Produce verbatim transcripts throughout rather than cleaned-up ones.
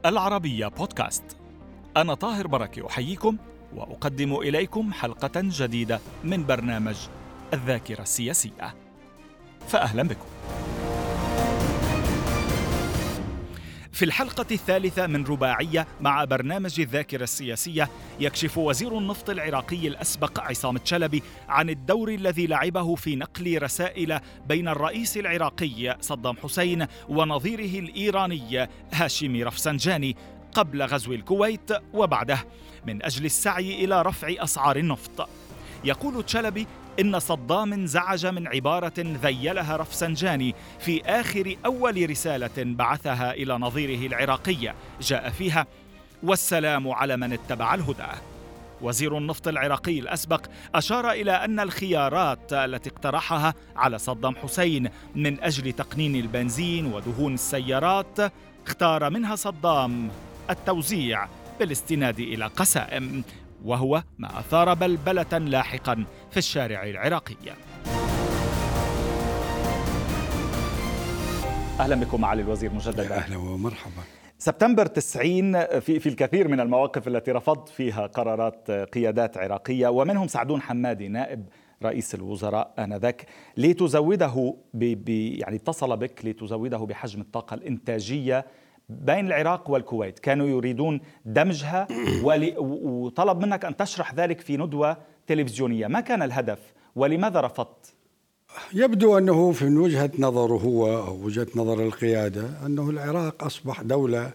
العربية بودكاست. أنا طاهر بركة أحييكم وأقدم إليكم حلقة جديدة من برنامج الذاكرة السياسية، فأهلا بكم. في الحلقة الثالثة من رباعية مع برنامج الذاكرة السياسية، يكشف وزير النفط العراقي الأسبق عصام الشلبي عن الدور الذي لعبه في نقل رسائل بين الرئيس العراقي صدام حسين ونظيره الإيراني هاشمي رفسنجاني قبل غزو الكويت وبعده من أجل السعي إلى رفع أسعار النفط. يقول الشلبي إن صدام انزعج من عبارة ذيلها رفسنجاني في آخر أول رسالة بعثها إلى نظيره العراقي، جاء فيها: والسلام على من اتبع الهدى. وزير النفط العراقي الأسبق أشار إلى أن الخيارات التي اقترحها على صدام حسين من أجل تقنين البنزين ودهون السيارات اختار منها صدام التوزيع بالاستناد إلى قسائم، وهو ما أثار بلبلة لاحقا في الشارع العراقي. أهلا بكم معالي الوزير مجددا. أهلا ومرحبا. سبتمبر تسعين في, في الكثير من المواقف التي رفضت فيها قرارات قيادات عراقية ومنهم سعدون حمادي نائب رئيس الوزراء آنذاك لتزوده ب يعني اتصل بك لتزوده بحجم الطاقة الإنتاجية بين العراق والكويت، كانوا يريدون دمجها وطلب منك أن تشرح ذلك في ندوة تلفزيونية. ما كان الهدف ولماذا رفضت؟ يبدو أنه في وجهة نظره هو أو وجهة نظر القيادة أنه العراق أصبح دولة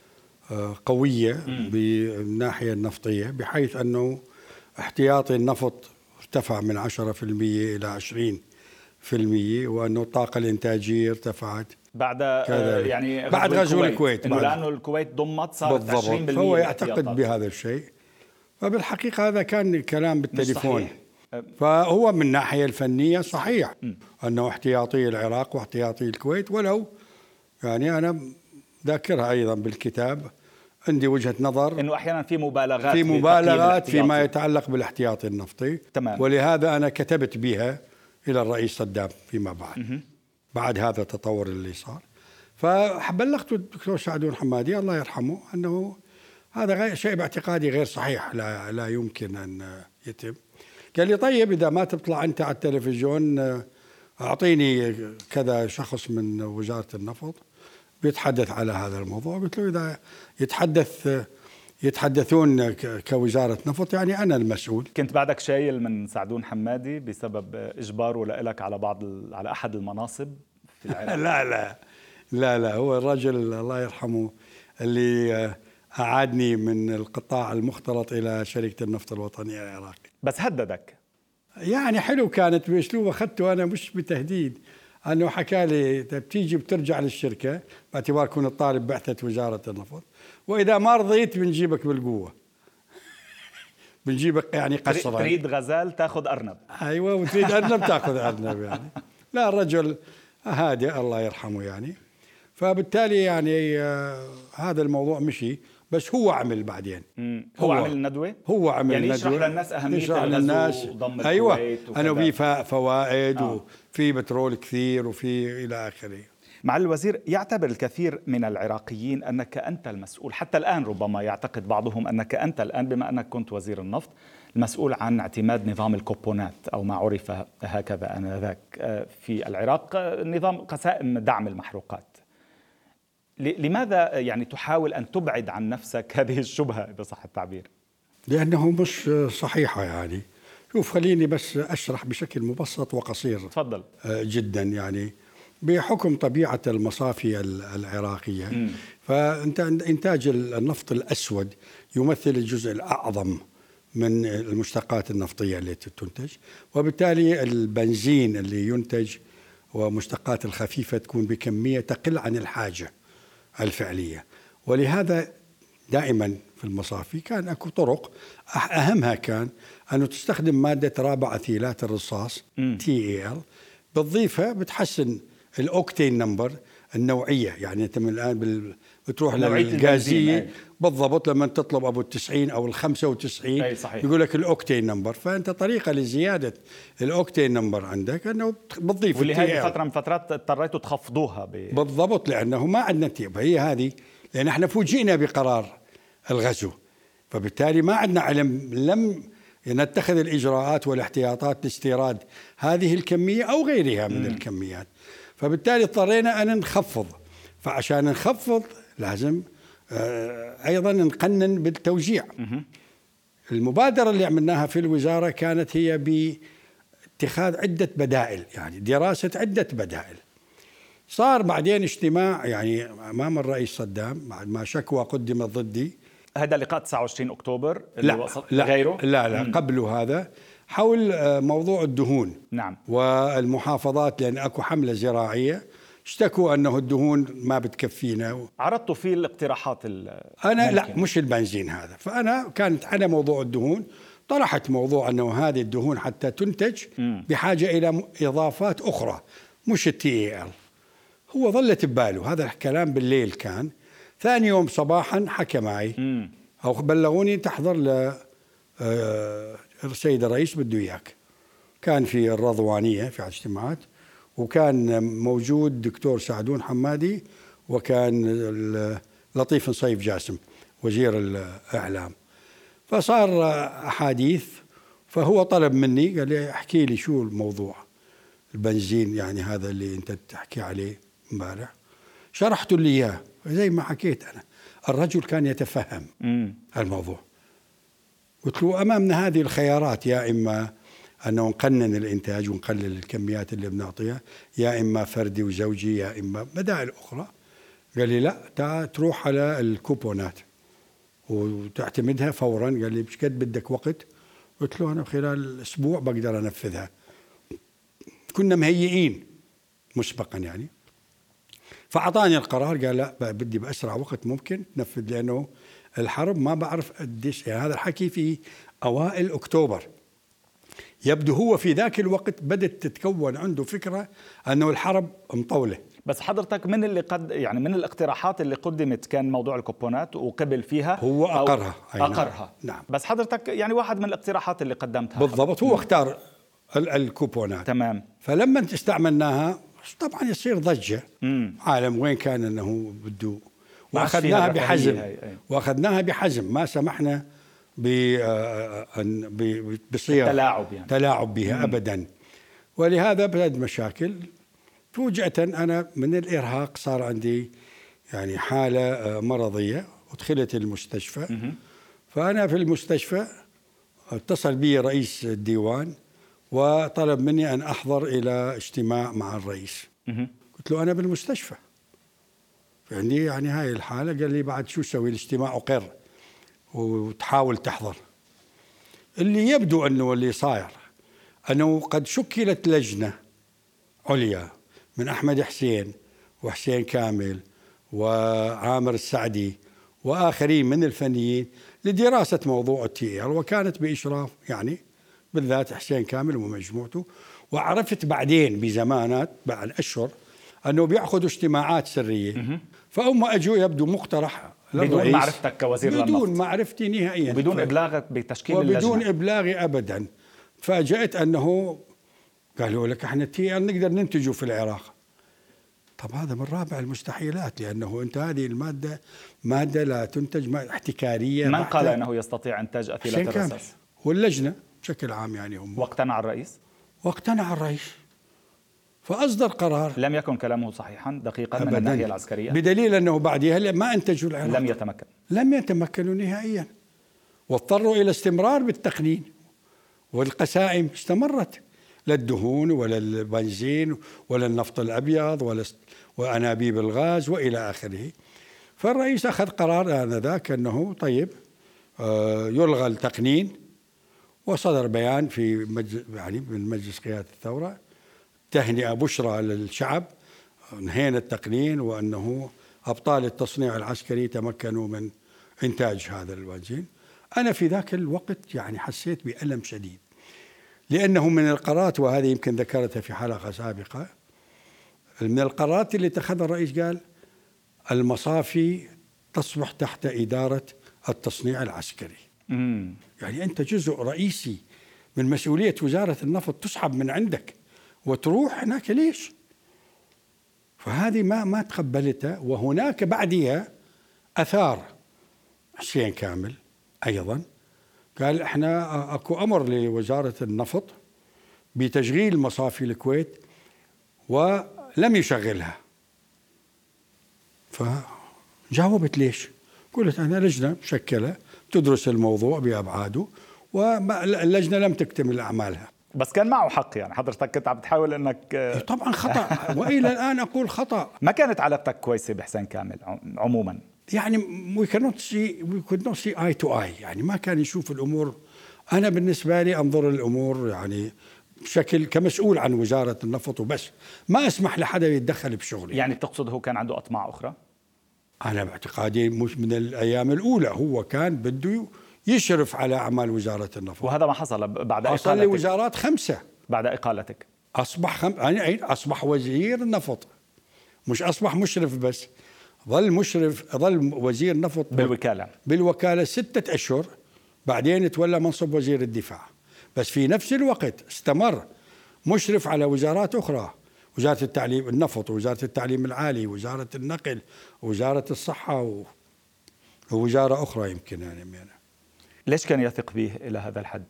قوية بالناحية النفطية، بحيث أنه احتياطي النفط ارتفع من عشرة بالمئة إلى عشرين بالمئة، وأنه الطاقة الإنتاجية ارتفعت بعد يعني بعد غزو الكويت، إنه لأنه الكويت ضمت صارت عشرين بالمئة. فهو يعتقد بهذا الشيء، فبالحقيقة هذا كان كلام بالتليفون. فهو من الناحية الفنية صحيح م. أنه احتياطي العراق واحتياطي الكويت، ولو يعني أنا ذاكرها أيضا بالكتاب، عندي وجهة نظر إنه أحيانا في مبالغات في مبالغات فيما يتعلق بالاحتياطي النفطي. تمام. ولهذا أنا كتبت بها إلى الرئيس صدام فيما بعد م- بعد هذا التطور اللي صار. فبلغت الدكتور سعدون حمادي الله يرحمه أنه هذا غير شيء باعتقادي غير صحيح، لا, لا يمكن أن يتم. قال لي طيب إذا ما تطلع أنت على التلفزيون أعطيني كذا شخص من وزارة النفط بيتحدث على هذا الموضوع. قلت له إذا يتحدث يتحدثون كوزارة نفط يعني أنا المسؤول. كنت بعدك شايل من سعدون حمادي بسبب إجباره لك على بعض على أحد المناصب في العراق؟ لا لا لا لا هو الرجل الله يرحمه اللي أعادني من القطاع المختلط إلى شركة النفط الوطنية العراقي. بس هددك يعني حلو كانت بأسلوب، أخذته أنا مش بتهديد، أنه حكى لي بتيجي بترجع للشركة باعتبار كنت طالب بعثة وزارة النفط، وإذا ما رضيت بنجيبك بالقوة. بنجيبك يعني قصرا. تريد غزال تأخذ أرنب. أيوة، وتريد أرنب تأخذ أرنب يعني. لا الرجل هادئ الله يرحمه يعني. فبالتالي يعني آه هذا الموضوع مشي، بس هو عمل بعدين. هو, هو عمل الندوة؟ هو عمل يعني الندوة. يشرح للناس أهمية الغزو وضم الكويت. أيوة، أنه في فوائد آه. وفي بترول كثير وفي إلى آخره. معالي الوزير، يعتبر الكثير من العراقيين أنك أنت المسؤول، حتى الآن ربما يعتقد بعضهم أنك أنت الآن بما أنك كنت وزير النفط المسؤول عن اعتماد نظام الكوبونات أو ما عرف هكذا آنذاك في العراق، نظام قسائم دعم المحروقات. لماذا يعني تحاول أن تبعد عن نفسك هذه الشبهة إذا صح التعبير؟ لأنه مش صحيحة يعني. شوف خليني بس أشرح بشكل مبسط وقصير. تفضل. جدا يعني بحكم طبيعة المصافي العراقية م. فإنتاج النفط الأسود يمثل الجزء الأعظم من المشتقات النفطية التي تنتج، وبالتالي البنزين اللي ينتج ومشتقات الخفيفة تكون بكمية تقل عن الحاجة الفعلية. ولهذا دائما في المصافي كان أكو طرق، أهمها كان أنه تستخدم مادة رابع أثيلات الرصاص تي اي ال، بتضيفها بتحسن الأوكتين نمبر النوعية. يعني أنت من الآن بتروح للغازية بالضبط لما تطلب أبو التسعين أو الخمسة وتسعين يقول لك الأوكتين نمبر، فأنت طريقة لزيادة الأوكتين نمبر عندك أنه بتضيف. ولهذه فترة من فترات اضطريتوا تخفضوها ب... بالضبط، لأنه ما عندنا تيب. هي هذه لأن احنا فوجئنا بقرار الغزو، فبالتالي ما عندنا علم، لم نتخذ الإجراءات والاحتياطات لاستيراد هذه الكمية أو غيرها من م. الكميات، فبالتالي اضطرينا أن نخفض. فعشان نخفض لازم أيضا نقنن بالتوزيع. م. المبادرة اللي عملناها في الوزارة كانت هي باتخاذ عدة بدائل، يعني دراسة عدة بدائل. صار بعدين اجتماع يعني أمام الرئيس صدام بعد ما شكوى قدمت ضدي. هذا لقاء تسعة وعشرين أكتوبر اللي لا وصل لا غيره؟ لا لا م. قبله هذا حول موضوع الدهون. نعم. والمحافظات، لأن أكو حملة زراعية اشتكوا أنه الدهون ما بتكفينا. عرضتوا فيه الاقتراحات أنا لا مش البنزين هذا، فأنا كانت على موضوع الدهون طرحت موضوع أنه هذه الدهون حتى تنتج م. بحاجة إلى إضافات أخرى مش التي اي ال. هو ظلت بباله هذا الكلام بالليل. كان ثاني يوم صباحا حكى معي م. أو بلغوني تحضر ل السيد الرئيس بده إياك. كان في الرضوانية في اجتماعات، وكان موجود دكتور سعدون حمادي، وكان لطيف نصيف جاسم وزير الإعلام. فصار أحاديث، فهو طلب مني قال لي احكي لي شو الموضوع البنزين يعني هذا اللي أنت تحكي عليه امبارح. شرحت لي إياه زي ما حكيت أنا. الرجل كان يتفهم مم. الموضوع. قلت له أمامنا هذه الخيارات، يا إما أنه نقنن الإنتاج ونقلل الكميات اللي بنعطيها، يا إما فردي وزوجي، يا إما بدائل أخرى. قال لي لا، تعال تروح على الكوبونات وتعتمدها فورا. قال لي مش قد بدك وقت؟ قلت له أنا خلال أسبوع بقدر أنفذها. كنا مهيئين مسبقا يعني. فأعطاني القرار، قال لا بدي بأسرع وقت ممكن تنفذ، لأنه الحرب ما بعرف قديش يعني. هذا الحكي في أوائل أكتوبر. يبدو هو في ذاك الوقت بدت تتكون عنده فكرة أنه الحرب مطولة. بس حضرتك من اللي قد يعني من الاقتراحات اللي قدمت كان موضوع الكوبونات وقبل فيها، هو أقرها. أقرها. نعم. بس حضرتك يعني واحد من الاقتراحات اللي قدمتها بالضبط هو اختار الكوبونات. تمام. فلما استعملناها طبعا يصير ضجة. مم. عالم وين كان أنه بده، وأخذناها بحزم وأخذناها بحزم ما سمحنا بصيغ تلاعب يعني. تلاعب بها مم. أبدا. ولهذا بدأت مشاكل. فوجئة أنا من الإرهاق صار عندي يعني حالة مرضية، ودخلت المستشفى. مم. فأنا في المستشفى اتصل بي رئيس الديوان وطلب مني أن أحضر إلى اجتماع مع الرئيس. مم. قلت له أنا بالمستشفى عندي يعني هاي الحالة. قال لي بعد شو سوي الاجتماع أقر وتحاول تحضر. اللي يبدو أنه اللي صاير أنه قد شكلت لجنة عليا من أحمد حسين وحسين كامل وعامر السعدي وآخرين من الفنيين لدراسة موضوع التي ال، وكانت بإشراف يعني بالذات حسين كامل ومجموعته. وعرفت بعدين بزمانات بعد أشهر أنه بيأخذوا اجتماعات سرية. فهم أجوا يبدو مقترح بدون معرفتك كوزير للنفط، بدون معرفتي نهائيا، وبدون إبلاغك بتشكيل اللجنة، وبدون إبلاغي أبدا. تفاجأت أنه قالوا لك احنا التي ال نقدر ننتجه في العراق. طب هذا من رابع المستحيلات، لأنه أنت هذه المادة مادة لا تنتج، مادة احتكارية. من قال أنه يستطيع إنتاج أثيلات الرصاص؟ واللجنة بشكل عام يعني هم. واقتنع الرئيس؟ واقتنع الرئيس فأصدر قرار. لم يكن كلامه صحيحا دقيقا من الناحية العسكرية، بدليل أنه بعدها ما أنتجوا العراق. لم يتمكن لم يتمكنوا نهائيا، واضطروا إلى استمرار بالتقنين. والقسائم استمرت، لا الدهون ولا البنزين ولا النفط الأبيض ولا وأنابيب الغاز وإلى آخره. فالرئيس أخذ قرار آنذاك أنه طيب يلغى التقنين، وصدر بيان في مجلس يعني من مجلس قيادة الثورة تهنئة بشرى للشعب، انهينا التقنين، وأنه أبطال التصنيع العسكري تمكنوا من إنتاج هذا البنزين. أنا في ذاك الوقت يعني حسيت بألم شديد، لأنه من القرارات، وهذه يمكن ذكرتها في حلقة سابقة، من القرارات اللي اتخذها الرئيس قال المصافي تصبح تحت إدارة التصنيع العسكري. مم. يعني أنت جزء رئيسي من مسؤولية وزارة النفط تسحب من عندك وتروح هناك ليش؟ فهذه ما ما تقبلتها. وهناك بعدها أثار حسين كامل أيضا، قال إحنا أكو أمر لوزارة النفط بتشغيل مصافي الكويت ولم يشغلها. فجاوبت ليش؟ قلت أنا لجنة مشكلة تدرس الموضوع بأبعاده واللجنة لم تكتمل أعمالها. بس كان معه حق، يعني حضرتك كنت عم تحاول انك طبعا خطأ وإلى الآن أقول خطأ. ما كانت علاقتك كويسة بحسين كامل عموما؟ يعني we cannot see we could not see eye to eye، يعني ما كان يشوف الأمور. أنا بالنسبة لي أنظر الأمور يعني بشكل كمسؤول عن وزارة النفط وبس، ما أسمح لحدا يتدخل بشغلي. يعني تقصد هو كان عنده أطماع أخرى؟ أنا باعتقادي مش من الأيام الأولى هو كان بده يشرف على أعمال وزارة النفط، وهذا ما حصل بعد إقالتك. أصل لوزارات خمسة بعد إقالتك أصبح خم... يعني أصبح وزير النفط، مش أصبح مشرف بس، ظل مشرف، ظل وزير نفط بالوكالة بالوكالة ستة أشهر، بعدين تولى منصب وزير الدفاع. بس في نفس الوقت استمر مشرف على وزارات أخرى، وزارة التعليم النفط، ووزارة التعليم العالي، وزارة النقل، ووزارة الصحة و... ووزارة أخرى يمكن يعني منها. ليش كان يثق به إلى هذا الحد؟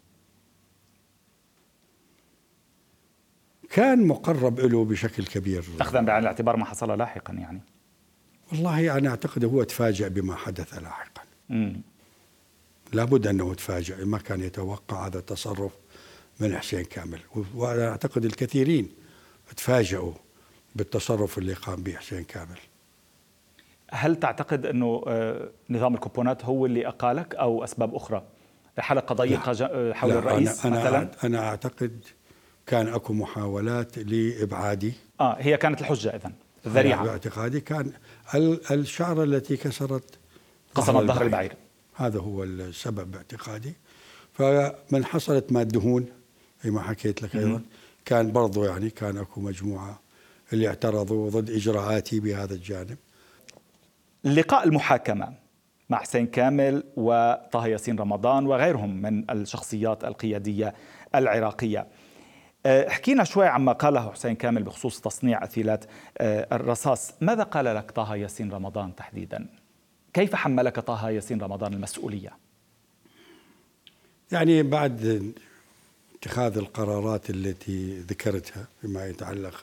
كان مقرب له بشكل كبير، أخذا بعين الاعتبار ما حصل لاحقا. يعني والله أنا أعتقد هو تفاجأ بما حدث لاحقا. مم. لابد أنه تفاجأ، ما كان يتوقع هذا التصرف من حسين كامل، وأنا أعتقد الكثيرين تفاجأوا بالتصرف اللي قام به حسين كامل. هل تعتقد أنه نظام الكوبونات هو اللي أقالك أو أسباب أخرى؟ حلقة ضيقة حول لا الرئيس أنا مثلا؟ أنا أعتقد كان أكو محاولات لإبعادي. آه هي كانت الحجة إذن الذريعة. باعتقادي كان الشعرة التي كسرت قصمت ظهر البعير، هذا هو السبب باعتقادي. فمن حصلت ما الدهون زي ما حكيت لك أيضا، كان برضو يعني كان أكو مجموعة اللي اعترضوا ضد إجراءاتي بهذا الجانب. لقاء المحاكمة مع حسين كامل وطه ياسين رمضان وغيرهم من الشخصيات القيادية العراقية، حكينا شوي عما قاله حسين كامل بخصوص تصنيع أثيلات الرصاص. ماذا قال لك طه ياسين رمضان تحديدا؟ كيف حملك طه ياسين رمضان المسؤولية؟ يعني بعد اتخاذ القرارات التي ذكرتها فيما يتعلق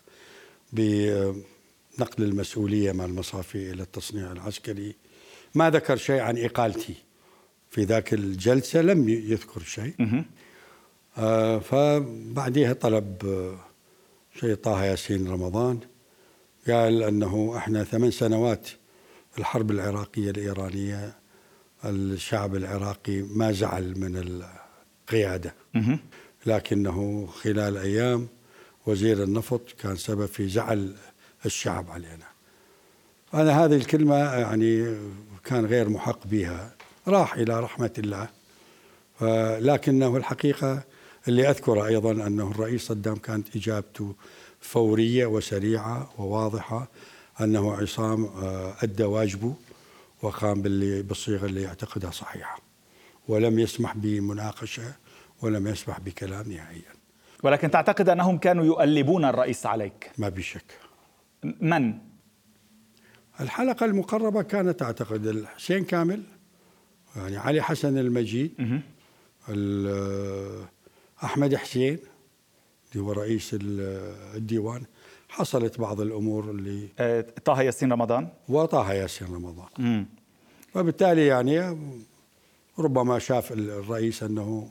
بنقل المسؤولية مع المصافي إلى التصنيع العسكري، ما ذكر شيء عن إقالتي في ذاك الجلسة، لم يذكر شيء. آه فبعدها طلب آه شيء طه ياسين رمضان، قال أنه إحنا ثمان سنوات الحرب العراقية الإيرانية الشعب العراقي ما زعل من القيادة، لكنه خلال أيام وزير النفط كان سبب في زعل الشعب علينا. أنا هذه الكلمة يعني كان غير محق بها، راح إلى رحمة الله. لكنه الحقيقة اللي أذكره أيضا أنه الرئيس صدام كانت إجابته فورية وسريعة وواضحة، أنه عصام أدى واجبه وقام بالصيغة اللي يعتقدها صحيحة، ولم يسمح بمناقشة ولم يسمح بكلام نهائيا. ولكن تعتقد أنهم كانوا يؤلبون الرئيس عليك؟ ما بشك. من؟ الحلقة المقربة كانت أعتقد حسين كامل، يعني علي حسن المجيد، أحمد حسين اللي هو رئيس الديوان. حصلت بعض الأمور اللي طه ياسين رمضان وطه ياسين رمضان مم. وبالتالي يعني ربما شاف الرئيس أنه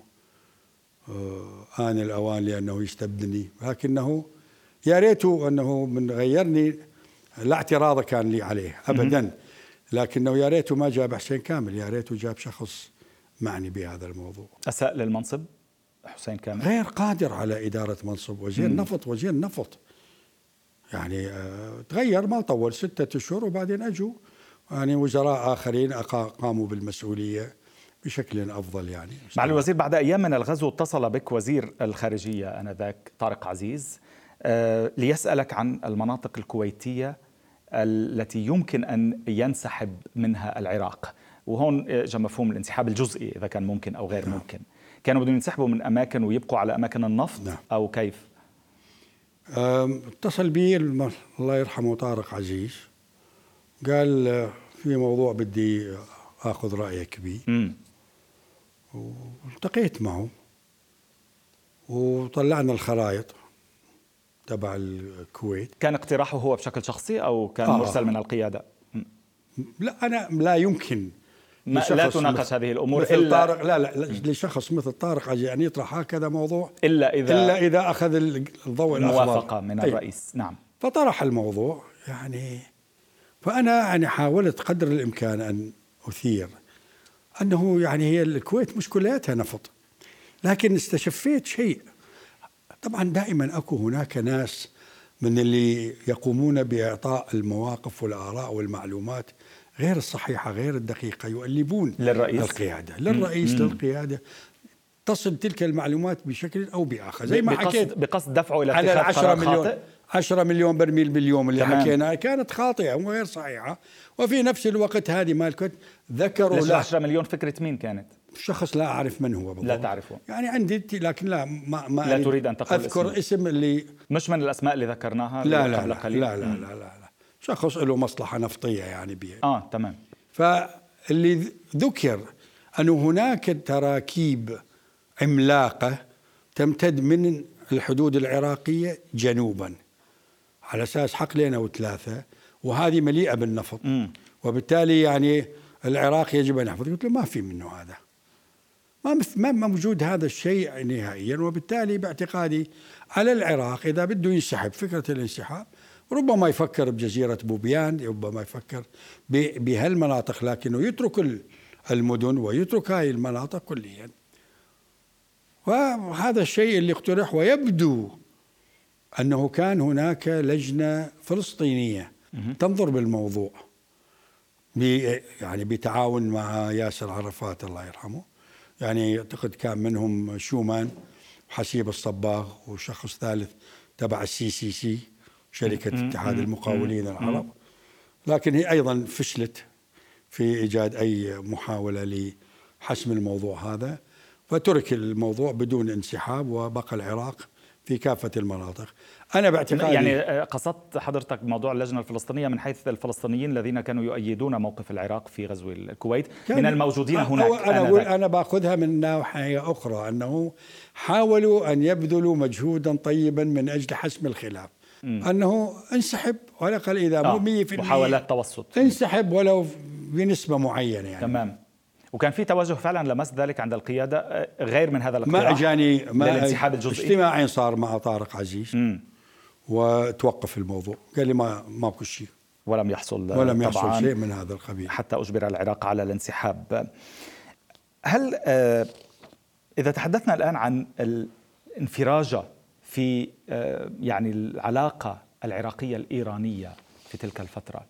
آن الأوان لأنه يستبدلني، لكنه يا ريته أنه من غيرني، لا اعتراض كان لي عليه أبدا، لكنه يا ريته ما جاب حسين كامل، يا ريته جاب شخص معني بهذا الموضوع. أساء للمنصب حسين كامل، غير قادر على إدارة منصب وزير مم. نفط وزير نفط، يعني آه تغير ما طول ستة أشهر وبعدين أجوا يعني وزراء آخرين قاموا بالمسؤولية بشكل أفضل. يعني معالي الوزير، بعد أيام من الغزو اتصل بك وزير الخارجية آنذاك طارق عزيز آه ليسألك عن المناطق الكويتية التي يمكن أن ينسحب منها العراق، وهون جاء مفهوم الانسحاب الجزئي إذا كان ممكن أو غير نعم. ممكن. كانوا بدهم ينسحبوا من أماكن ويبقوا على أماكن النفط نعم. أو كيف؟ اتصل بي الله يرحمه طارق عزيز، قال في موضوع بدي أخذ رأيك به. والتقيت معه وطلعنا الخرائط تبع الكويت. كان اقتراحه هو بشكل شخصي أو كان آه. مرسل من القيادة؟ لا، أنا لا يمكن لا تناقش هذه الأمور مثل إلا طارق. لا لا, لا لشخص مثل طارق عجي أن يطرح هكذا موضوع إلا إذا إلا إذا أخذ الضوء الأخضر، موافقة من الرئيس. أي. نعم. فطرح الموضوع يعني، فأنا يعني حاولت قدر الإمكان أن أثير أنه يعني هي الكويت مش كلياتها نفط، لكن استشفيت شيء. طبعا دائما أكو هناك ناس من اللي يقومون بإعطاء المواقف والآراء والمعلومات غير الصحيحة غير الدقيقة، يؤلبون للرئيس للقيادة للرئيس مم. للقيادة تصل تلك المعلومات بشكل أو بآخر، زي ما حكيت بقصد دفعه إلى على اتخاذ قرار خاطئ. عشرة مليون برميل باليوم اللي تمام. حكينا كانت خاطئة وغير صحيحة، وفي نفس الوقت هذه مالكت ذكروا له عشرة مليون فكرة مين كانت؟ شخص لا أعرف من هو بالضبط. لا تعرفه يعني عندي، لكن لا ما, ما لا تريد أن تقول أذكر اسم. اسم اللي مش من الأسماء اللي ذكرناها لا لا قبل لا, قليل. لا, لا, لا, لا, لا, لا شخص له مصلحة نفطية يعني بيه. آه تمام. فاللي ذكر أنه هناك تراكيب عملاقة تمتد من الحدود العراقية جنوبا على أساس حقلين أو ثلاثة، وهذه مليئة بالنفط م. وبالتالي يعني العراق يجب أن يحفظ. قلت له ما في منه هذا، ما ما موجود هذا الشيء نهائيا، وبالتالي باعتقادي على العراق إذا بده ينسحب فكرة الانسحاب ربما يفكر بجزيرة بوبيان، ربما يفكر بهالمناطق، لكنه يترك المدن ويترك هاي المناطق كليا. وهذا الشيء اللي اقترح، ويبدو أنه كان هناك لجنة فلسطينية تنظر بالموضوع يعني بتعاون مع ياسر عرفات الله يرحمه، يعني أعتقد كان منهم شومان وحسيب الصباغ وشخص ثالث تبع السي سي سي شركة اتحاد المقاولين العرب، لكن هي أيضا فشلت في إيجاد أي محاولة لحسم الموضوع هذا، فترك الموضوع بدون انسحاب وبقى العراق في كافة المناطق. أنا باعتقادي يعني قصدت حضرتك موضوع اللجنة الفلسطينية من حيث الفلسطينيين الذين كانوا يؤيدون موقف العراق في غزو الكويت من الموجودين هناك. أنا أقول أنا بأخذها من ناحية أخرى، أنه حاولوا أن يبذلوا مجهودا طيبا من أجل حسم الخلاف، م. أنه انسحب على الأقل إذا مو مية في المية محاولات توسط، انسحب ولو بنسبة معينة يعني. تمام. وكان في توجه فعلا لمس ذلك عند القيادة غير من هذا الاقتراح؟ ما اجاني ما للانسحاب الجزئي. اجتماعين صار مع طارق عزيز م. وتوقف الموضوع، قال لي ما ماكو شيء، ولم يحصل ولم يحصل شيء من هذا القبيل حتى أجبر العراق على الانسحاب. هل إذا تحدثنا الآن عن الانفراجة في يعني العلاقة العراقية الإيرانية في تلك الفترة،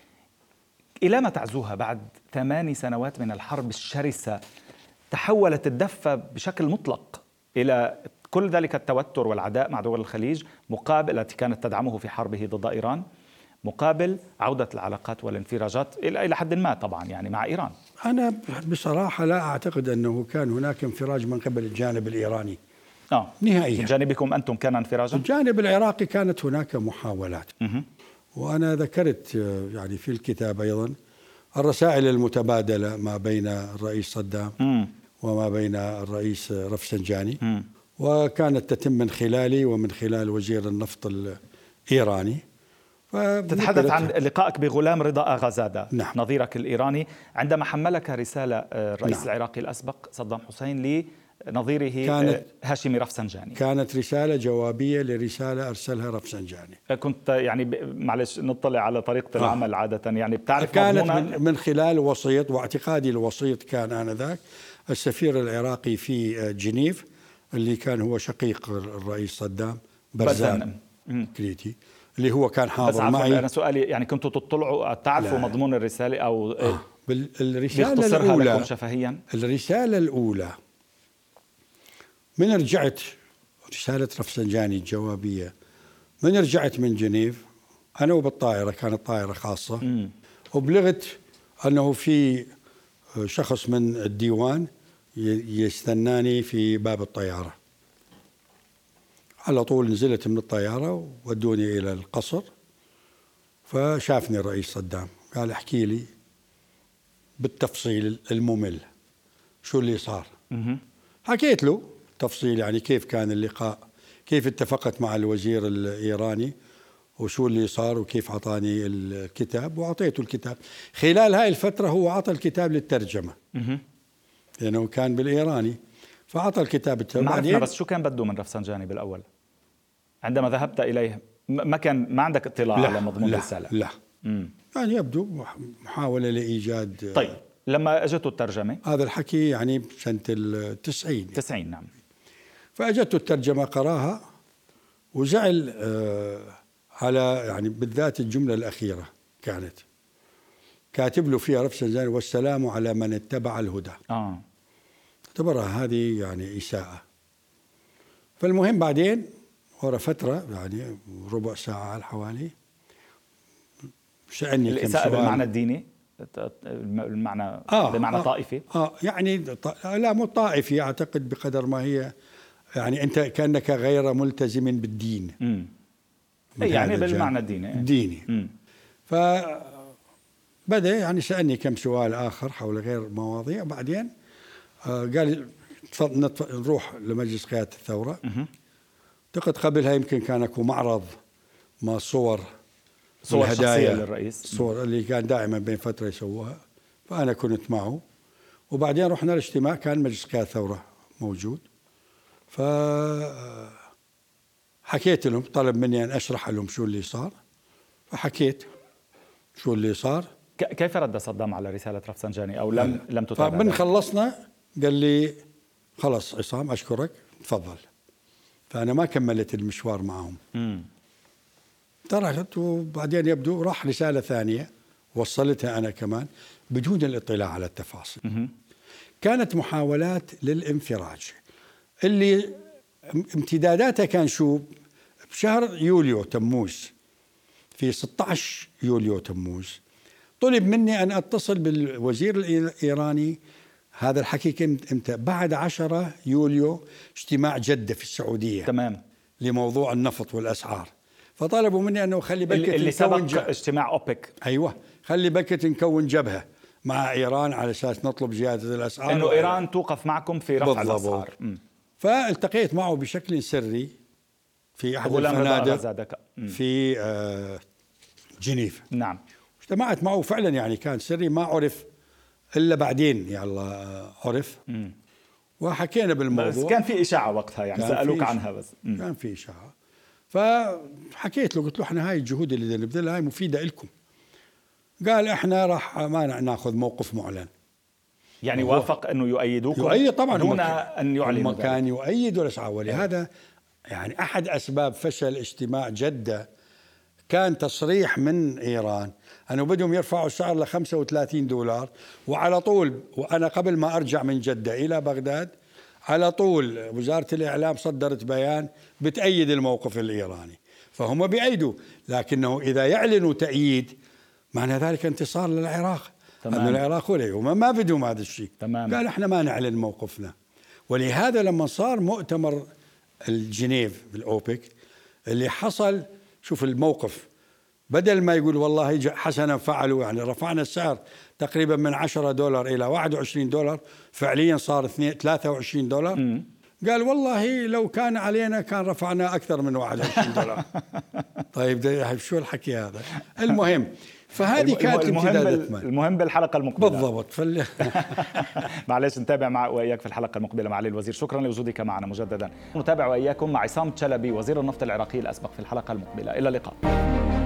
إلى ما تعزوها بعد ثماني سنوات من الحرب الشرسة؟ تحولت الدفة بشكل مطلق إلى كل ذلك التوتر والعداء مع دول الخليج، مقابل التي كانت تدعمه في حربه ضد إيران، مقابل عودة العلاقات والانفراجات إلى حد ما طبعا يعني مع إيران. أنا بصراحة لا أعتقد أنه كان هناك انفراج من قبل الجانب الإيراني آه. نهائيا. من جانبكم أنتم كان انفراجا؟ الجانب العراقي كانت هناك محاولات، م- وأنا ذكرت يعني في الكتاب أيضا الرسائل المتبادلة ما بين الرئيس صدام م. وما بين الرئيس رفسنجاني، م. وكانت تتم من خلالي ومن خلال وزير النفط الإيراني. تتحدث عن لقائك بغلام رضا آغازادة، نعم. نظيرك الإيراني، عندما حملك رسالة الرئيس نعم. العراقي الأسبق صدام حسين لنظيره كانت هاشمي رفسنجاني. كانت رسالة جوابية لرسالة أرسلها رفسنجاني. كنت يعني معلش نطلع على طريقة آه. العمل عادة، يعني بتعرف كانت من, من خلال وسيط، واعتقادي الوسيط كان آنذاك السفير العراقي في جنيف اللي كان هو شقيق الرئيس صدام، برزان كريتي، اللي هو كان حاضر معي. أنا سؤالي يعني كنتوا تطلعوا تعرفوا مضمون الرسالة أو آه. بالرسالة الأولى لكم شفهيا؟ الرسالة الأولى من رجعت رسالة رفسنجاني الجوابية، من رجعت من جنيف أنا وبالطائرة، كانت طائرة خاصة، م. وبلغت أنه في شخص من الديوان يستناني في باب الطيارة. على طول نزلت من الطيارة ودوني إلى القصر، فشافني الرئيس صدام قال احكي لي بالتفصيل الممل شو اللي صار. حكيت له تفصيل يعني كيف كان اللقاء، كيف اتفقت مع الوزير الإيراني وشو اللي صار وكيف عطاني الكتاب، وعطيته الكتاب. خلال هاي الفترة هو عطى الكتاب للترجمة لأنه كان بالإيراني، فعطى الكتاب الترجمة. عرفنا، بس شو كان بده من رفسنجاني بالأول عندما ذهبت إليه؟ ما كان ما عندك اطلاع على مضمون الرسالة؟ لا مم. يعني يبدو محاولة لإيجاد. طيب لما أجته الترجمة، هذا الحكي يعني سنة التسعين تسعين نعم، فأجته الترجمة قراها وزعل آه على يعني بالذات الجملة الأخيرة كانت كاتب له فيها رفسنجاني والسلام على من اتبع الهدى. آه. اعتبرها هذه يعني إساءة. فالمهم بعدين ورا فترة يعني ربع ساعة على حوالي سألني الإساءة بالمعنى الديني، المعنى آه بمعنى آه طائفي. آه يعني لا مو طائفي، أعتقد بقدر ما هي يعني أنت كأنك غير ملتزم بالدين. امم يعني بالمعنى الديني. الديني. فبدأ يعني سألني كم سؤال آخر حول غير مواضيع. بعدين آه قال نروح لمجلس قيادة الثورة. اعتقد قبلها يمكن كان اكو معرض ما صور صور شخصية للرئيس، صور اللي كان دائما بين فترة يسووها، فأنا كنت معه. وبعدين رحنا الاجتماع كان مجلس قيادة الثورة موجود، فحكيت لهم، طلب مني أن أشرح لهم شو اللي صار، فحكيت شو اللي صار. كيف رد صدام على رسالة رفسنجاني أو لم لم تتابع؟ فمن خلصنا قال لي خلص عصام أشكرك تفضل. فأنا ما كملت المشوار معهم. امم تركت، وبعدين يبدو راح رسالة ثانية وصلتها أنا كمان بدون الاطلاع على التفاصيل. مم. كانت محاولات للانفراج اللي امتداداتها كان شو؟ بشهر يوليو تموز، في ستة عشر يوليو تموز طلب مني أن أتصل بالوزير الإيراني. هذا الحكي كنت امتى؟ بعد عشرة يوليو اجتماع جدة في السعودية، تمام، لموضوع النفط والأسعار. فطلبوا مني أنه خلي بكت اللي سبق اجتماع أوبك. أيوة، خلي بكت نكون جبهة مع إيران على أساس نطلب زيادة الأسعار، إنه إيران توقف معكم في رفع الأسعار. فالتقيت معه بشكل سري في أحد الفنادق في آه جنيف. نعم، اجتمعت معه فعلا، يعني كان سري ما عرف إلا بعدين يلا عرف. مم. وحكينا بالموضوع. بس كان في إشاعة وقتها، يعني سألوك عنها بس. مم. كان في إشاعة. فحكيت له، قلت له احنا هاي الجهود اللي نبذلها هاي مفيدة لكم. قال احنا راح ما ناخذ موقف معلن. يعني وافق انه يؤيدوكم؟ يؤيد طبعا دون ان يعلنوا. كان يؤيد الاسعار، ولهذا يعني احد اسباب فشل اجتماع جدة كان تصريح من ايران انه بدهم يرفعوا السعر ل خمسة وثلاثين دولار، وعلى طول وانا قبل ما ارجع من جدة الى بغداد على طول وزارة الإعلام صدرت بيان بتأيد الموقف الإيراني. فهم بيأيدوا، لكنه إذا يعلنوا تأييد معنى ذلك انتصار للعراق. أن العراق وما ما بدهم هذا الشيء. تمام. قال احنا ما نعلن موقفنا. ولهذا لما صار مؤتمر الجنيف بالأوبك اللي حصل، شوف الموقف، بدل ما يقول والله حسنا فعلوا، يعني رفعنا السعر تقريبا من عشرة دولار إلى واحد وعشرين دولار، فعليا صار ثلاثة وعشرين دولار. م. قال والله لو كان علينا كان رفعنا أكثر من واحد وعشرين دولار. طيب شو الحكي هذا؟ المهم، فهذه كانت امتدادات. المهم بالحلقة المقبلة بالضبط. فل... معلش نتابع مع وإياك في الحلقة المقبلة معالي الوزير. شكرا لوجودك معنا مجددا. نتابع وإياكم مع عصام تشلبي وزير النفط العراقي الأسبق في الحلقة المقبلة. إلى اللقاء.